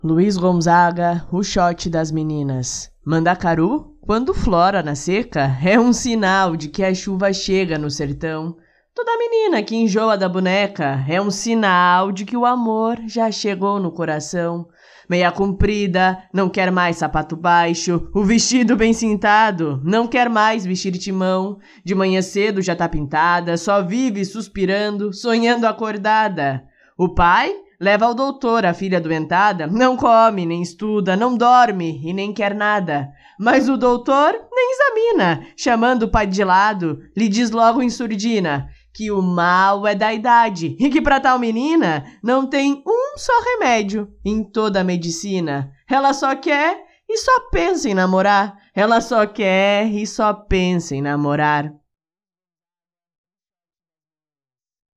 Luiz Gonzaga, o shot das meninas. Mandacaru, quando flora na seca, é um sinal de que a chuva chega no sertão. Toda menina que enjoa da boneca é um sinal de que o amor já chegou no coração. Meia comprida, não quer mais sapato baixo, o vestido bem cintado, não quer mais vestir timão. De manhã cedo já tá pintada, só vive suspirando, sonhando acordada. O pai leva ao doutor a filha adoentada, não come, nem estuda, não dorme e nem quer nada. Mas o doutor nem examina, chamando o pai de lado, lhe diz logo em surdina que o mal é da idade e que para tal menina não tem um só remédio em toda a medicina. Ela só quer e só pensa em namorar. Ela só quer e só pensa em namorar.